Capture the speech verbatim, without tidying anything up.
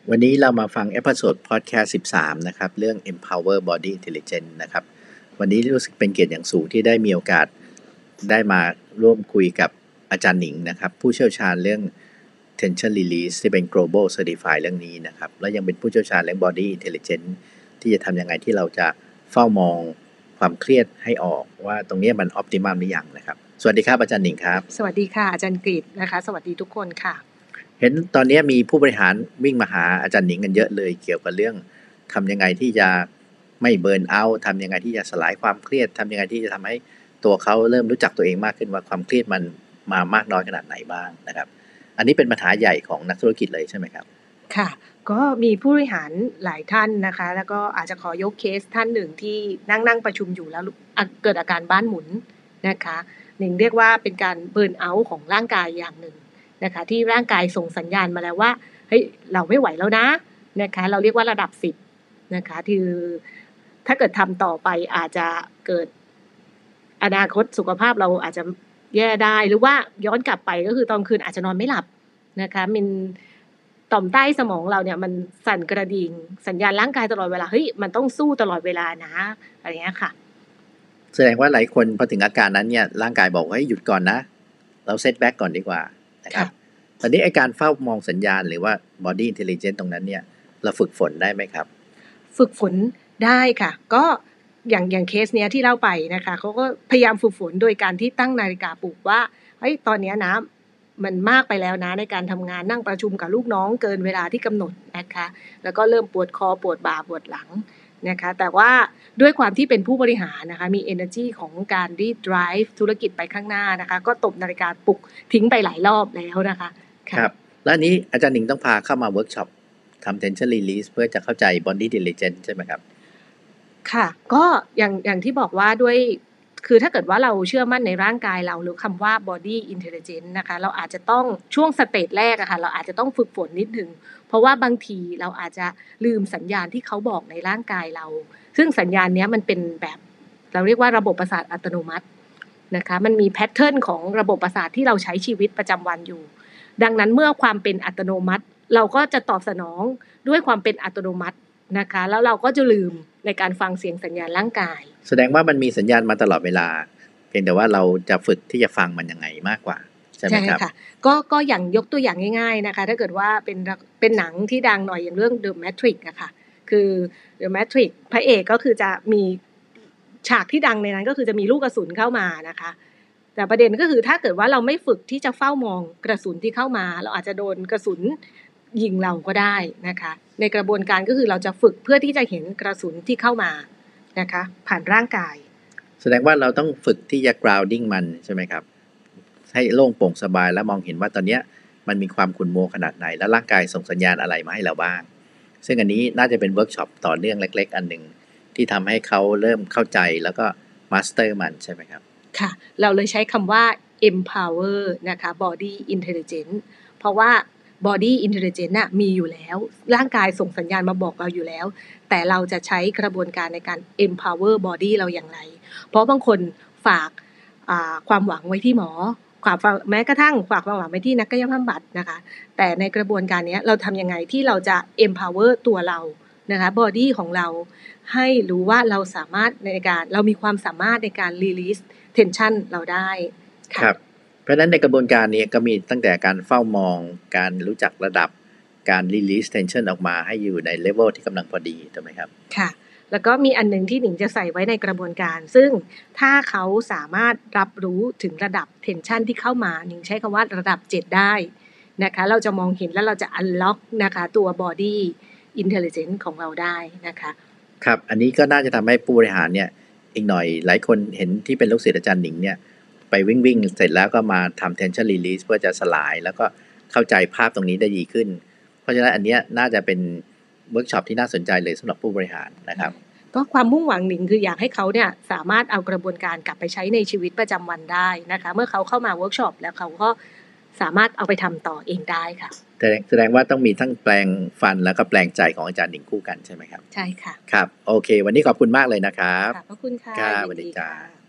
วันนี้เรามาฟังเอพิโซดพอดแคสต์สิบสามนะครับเรื่อง Empower Body Intelligence นะครับวันนี้รู้สึกเป็นเกียรติอย่างสูงที่ได้มีโอกาสได้มาร่วมคุยกับอาจารย์หนิงนะครับผู้เชี่ยวชาญเรื่อง Tension Release ที่เป็น Global Certified เรื่องนี้นะครับและยังเป็นผู้เชี่ยวชาญเรื่อง Body Intelligence ที่จะทำยังไงที่เราจะเฝ้ามองความเครียดให้ออกว่าตรงนี้มัน Optimum หรือยังนะครับสวัสดีครับอาจารย์หนิงครับสวัสดีค่ะอาจารย์กฤษนะคะสวัสดีทุกคนค่ะเห็นตอนนี้มีผู้บริหารวิ่งมาหาอาจารย์หนิงกันเยอะเลยเกี่ยวกับเรื่องทำยังไงที่จะไม่เบิร์นเอาท์ทำยังไงที่จะสลายความเครียดทำยังไงที่จะทำให้ตัวเขาเริ่มรู้จักตัวเองมากขึ้นว่าความเครียดมันมามากน้อยขนาดไหนบ้างนะครับอันนี้เป็นปัญหาใหญ่ของนักธุรกิจเลยใช่ไหมครับค่ะก็มีผู้บริหารหลายท่านนะคะแล้วก็อาจจะขอยกเคสท่านหนึ่งที่นั่งนั่งประชุมอยู่แล้วเกิดอาการบ้านหมุนนะคะหนึ่งเรียกว่าเป็นการเบิร์นเอาท์ของร่างกายอย่างหนึ่งนะคะที่ร่างกายส่งสัญญาณมาแล้วว่าเฮ้ยเราไม่ไหวแล้วนะนะคะเราเรียกว่าระดับสิบนะคะคือถ้าเกิดทำต่อไปอาจจะเกิดอนาคตสุขภาพเราอาจจะแย่ได้หรือว่าย้อนกลับไปก็คือตอนคืนอาจจะนอนไม่หลับนะคะมันต่อมใต้สมองเราเนี่ยมันสั่นกระดิ่งสัญญาณร่างกายตลอดเวลาเฮ้ยมันต้องสู้ตลอดเวลานะอะไรเงี้ยค่ะแสดงว่าหลายคนพอถึงอาการนั้นเนี่ยร่างกายบอกว่าให้หยุดก่อนนะเราเซตแบ็กก่อนดีกว่านะครับตอนนี้ไอ้การเฝ้ามองสัญญาณหรือว่า body intelligence ตรงนั้นเนี่ยเราฝึกฝนได้ไหมครับฝึกฝนได้ค่ะก็อย่างอย่างเคสเนี้ยที่เล่าไปนะคะเขาก็พยายามฝึกฝนโดยการที่ตั้งนาฬิกาปลุกว่าเฮ้ยตอนนี้นะมันมากไปแล้วนะในการทำงานนั่งประชุมกับลูกน้องเกินเวลาที่กำหนดนะคะแล้วก็เริ่มปวดคอปวดบ่าปวดหลังนะคะแต่ว่าด้วยความที่เป็นผู้บริหารนะคะมี energy ของการรีด drive ธุรกิจไปข้างหน้านะคะก็ตบนาฬิกาปลุกทิ้งไปหลายรอบแล้วนะคะครับแล้วนี้อาจารย์หนิงต้องพาเข้ามาเวิร์กช็อปทำ tension release เพื่อจะเข้าใจ body intelligence ใช่ไหมครับค่ะก็อย่างอย่างที่บอกว่าด้วยคือถ้าเกิดว่าเราเชื่อมั่นในร่างกายเราหรือคำว่า body intelligence นะคะเราอาจจะต้องช่วงสเตจแรกอะค่ะเราอาจจะต้องฝึกฝนนิดนึงเพราะว่าบางทีเราอาจจะลืมสัญญาณที่เขาบอกในร่างกายเราซึ่งสัญญาณนี้มันเป็นแบบเราเรียกว่าระบบประสาทอัตโนมัตินะคะมันมีแพทเทิร์นของระบบประสาทที่เราใช้ชีวิตประจำวันอยู่ดังนั้นเมื่อความเป็นอัตโนมัติเราก็จะตอบสนองด้วยความเป็นอัตโนมัตินะคะแล้วเราก็จะลืมในการฟังเสียงสัญญาณร่างกายแสดงว่ามันมีสัญญาณมาตลอดเวลาเพียงแต่ว่าเราจะฝึกที่จะฟังมันยังไงมากกว่าใช่ไหมครับใช่ค่ะก็ก็อย่างยกตัวอย่างง่ายๆนะคะถ้าเกิดว่าเป็นเป็นหนังที่ดังหน่อยอย่างเรื่อง The Matrix อะค่ะคือ The Matrix พระเอกก็คือจะมีฉากที่ดังในนั้นก็คือจะมีลูกกระสุนเข้ามานะคะแต่ประเด็นก็คือถ้าเกิดว่าเราไม่ฝึกที่จะเฝ้ามองกระสุนที่เข้ามาเราอาจจะโดนกระสุนยิงเราก็ได้นะคะในกระบวนการก็คือเราจะฝึกเพื่อที่จะเห็นกระสุนที่เข้ามานะคะผ่านร่างกายแสดงว่าเราต้องฝึกที่จะ grounding มันใช่ไหมครับให้โล่งโปร่งสบายแล้วมองเห็นว่าตอนนี้มันมีความขุ่นมัวขนาดไหนและร่างกายส่งสัญญาณอะไรมาให้เราบ้างซึ่งอันนี้น่าจะเป็นเวิร์กช็อปต่อเนื่องเล็กๆอันหนึ่งที่ทำให้เขาเริ่มเข้าใจแล้วก็มาสเตอร์มันใช่ไหมครับค่ะเราเลยใช้คำว่า empower นะคะ body intelligence เพราะว่า body intelligence น่ะมีอยู่แล้วร่างกายส่งสัญญาณมาบอกเราอยู่แล้วแต่เราจะใช้กระบวนการในการ empower body เราอย่างไรเพราะบางคนฝากความหวังไว้ที่หมอแม้กระทั่งฝากความหวังไว้ที่นักกายภาพบำบัดนะคะแต่ในกระบวนการนี้เราทำยังไงที่เราจะ empower ตัวเรานะคะ body ของเราให้รู้ว่าเราสามารถในการเรามีความสามารถในการ release tension เราได้ครับเพราะฉะนั้นในกระบวนการนี้ก็มีตั้งแต่การเฝ้ามองการรู้จักระดับการ release tension ออกมาให้อยู่ใน level ที่กำลังพอดีถูกไหมครับค่ะแล้วก็มีอันนึงที่หนิงจะใส่ไว้ในกระบวนการซึ่งถ้าเขาสามารถรับรู้ถึงระดับ tension ที่เข้ามาหนิงใช้คำว่าระดับเจ็ดได้นะคะเราจะมองเห็นแล้วเราจะ unlock นะคะตัว body intelligence ของเราได้นะคะครับอันนี้ก็น่าจะทำให้ผู้บริหารเนี่ยอีกหน่อยหลายคนเห็นที่เป็นลูกศิษย์อาจารย์หนิงเนี่ยไปวิ่งวิ่งเสร็จแล้วก็มาทำ tension release เพื่อจะสลายแล้วก็เข้าใจภาพตรงนี้ได้ดีขึ้นเพราะฉะนั้นอันนี้น่าจะเป็นเวิร์กช็อปที่น่าสนใจเลยสำหรับผู้บริหารนะครับก็ความมุ่งหวังหนิงคืออยากให้เขาเนี่ยสามารถเอากระบวนการกลับไปใช้ในชีวิตประจำวันได้นะคะเมื่อเขาเข้ามาเวิร์กช็อปแล้วเขาก็สามารถเอาไปทำต่อเองได้ค่ะแสดงว่าต้องมีทั้งแปลงฟันแล้วก็แปลงใจของอาจารย์หนิงคู่กันใช่ไหมครับใช่ค่ะครับโอเควันนี้ขอบคุณมากเลยนะครับขอบคุณค่ะครับสวัสดีจ้า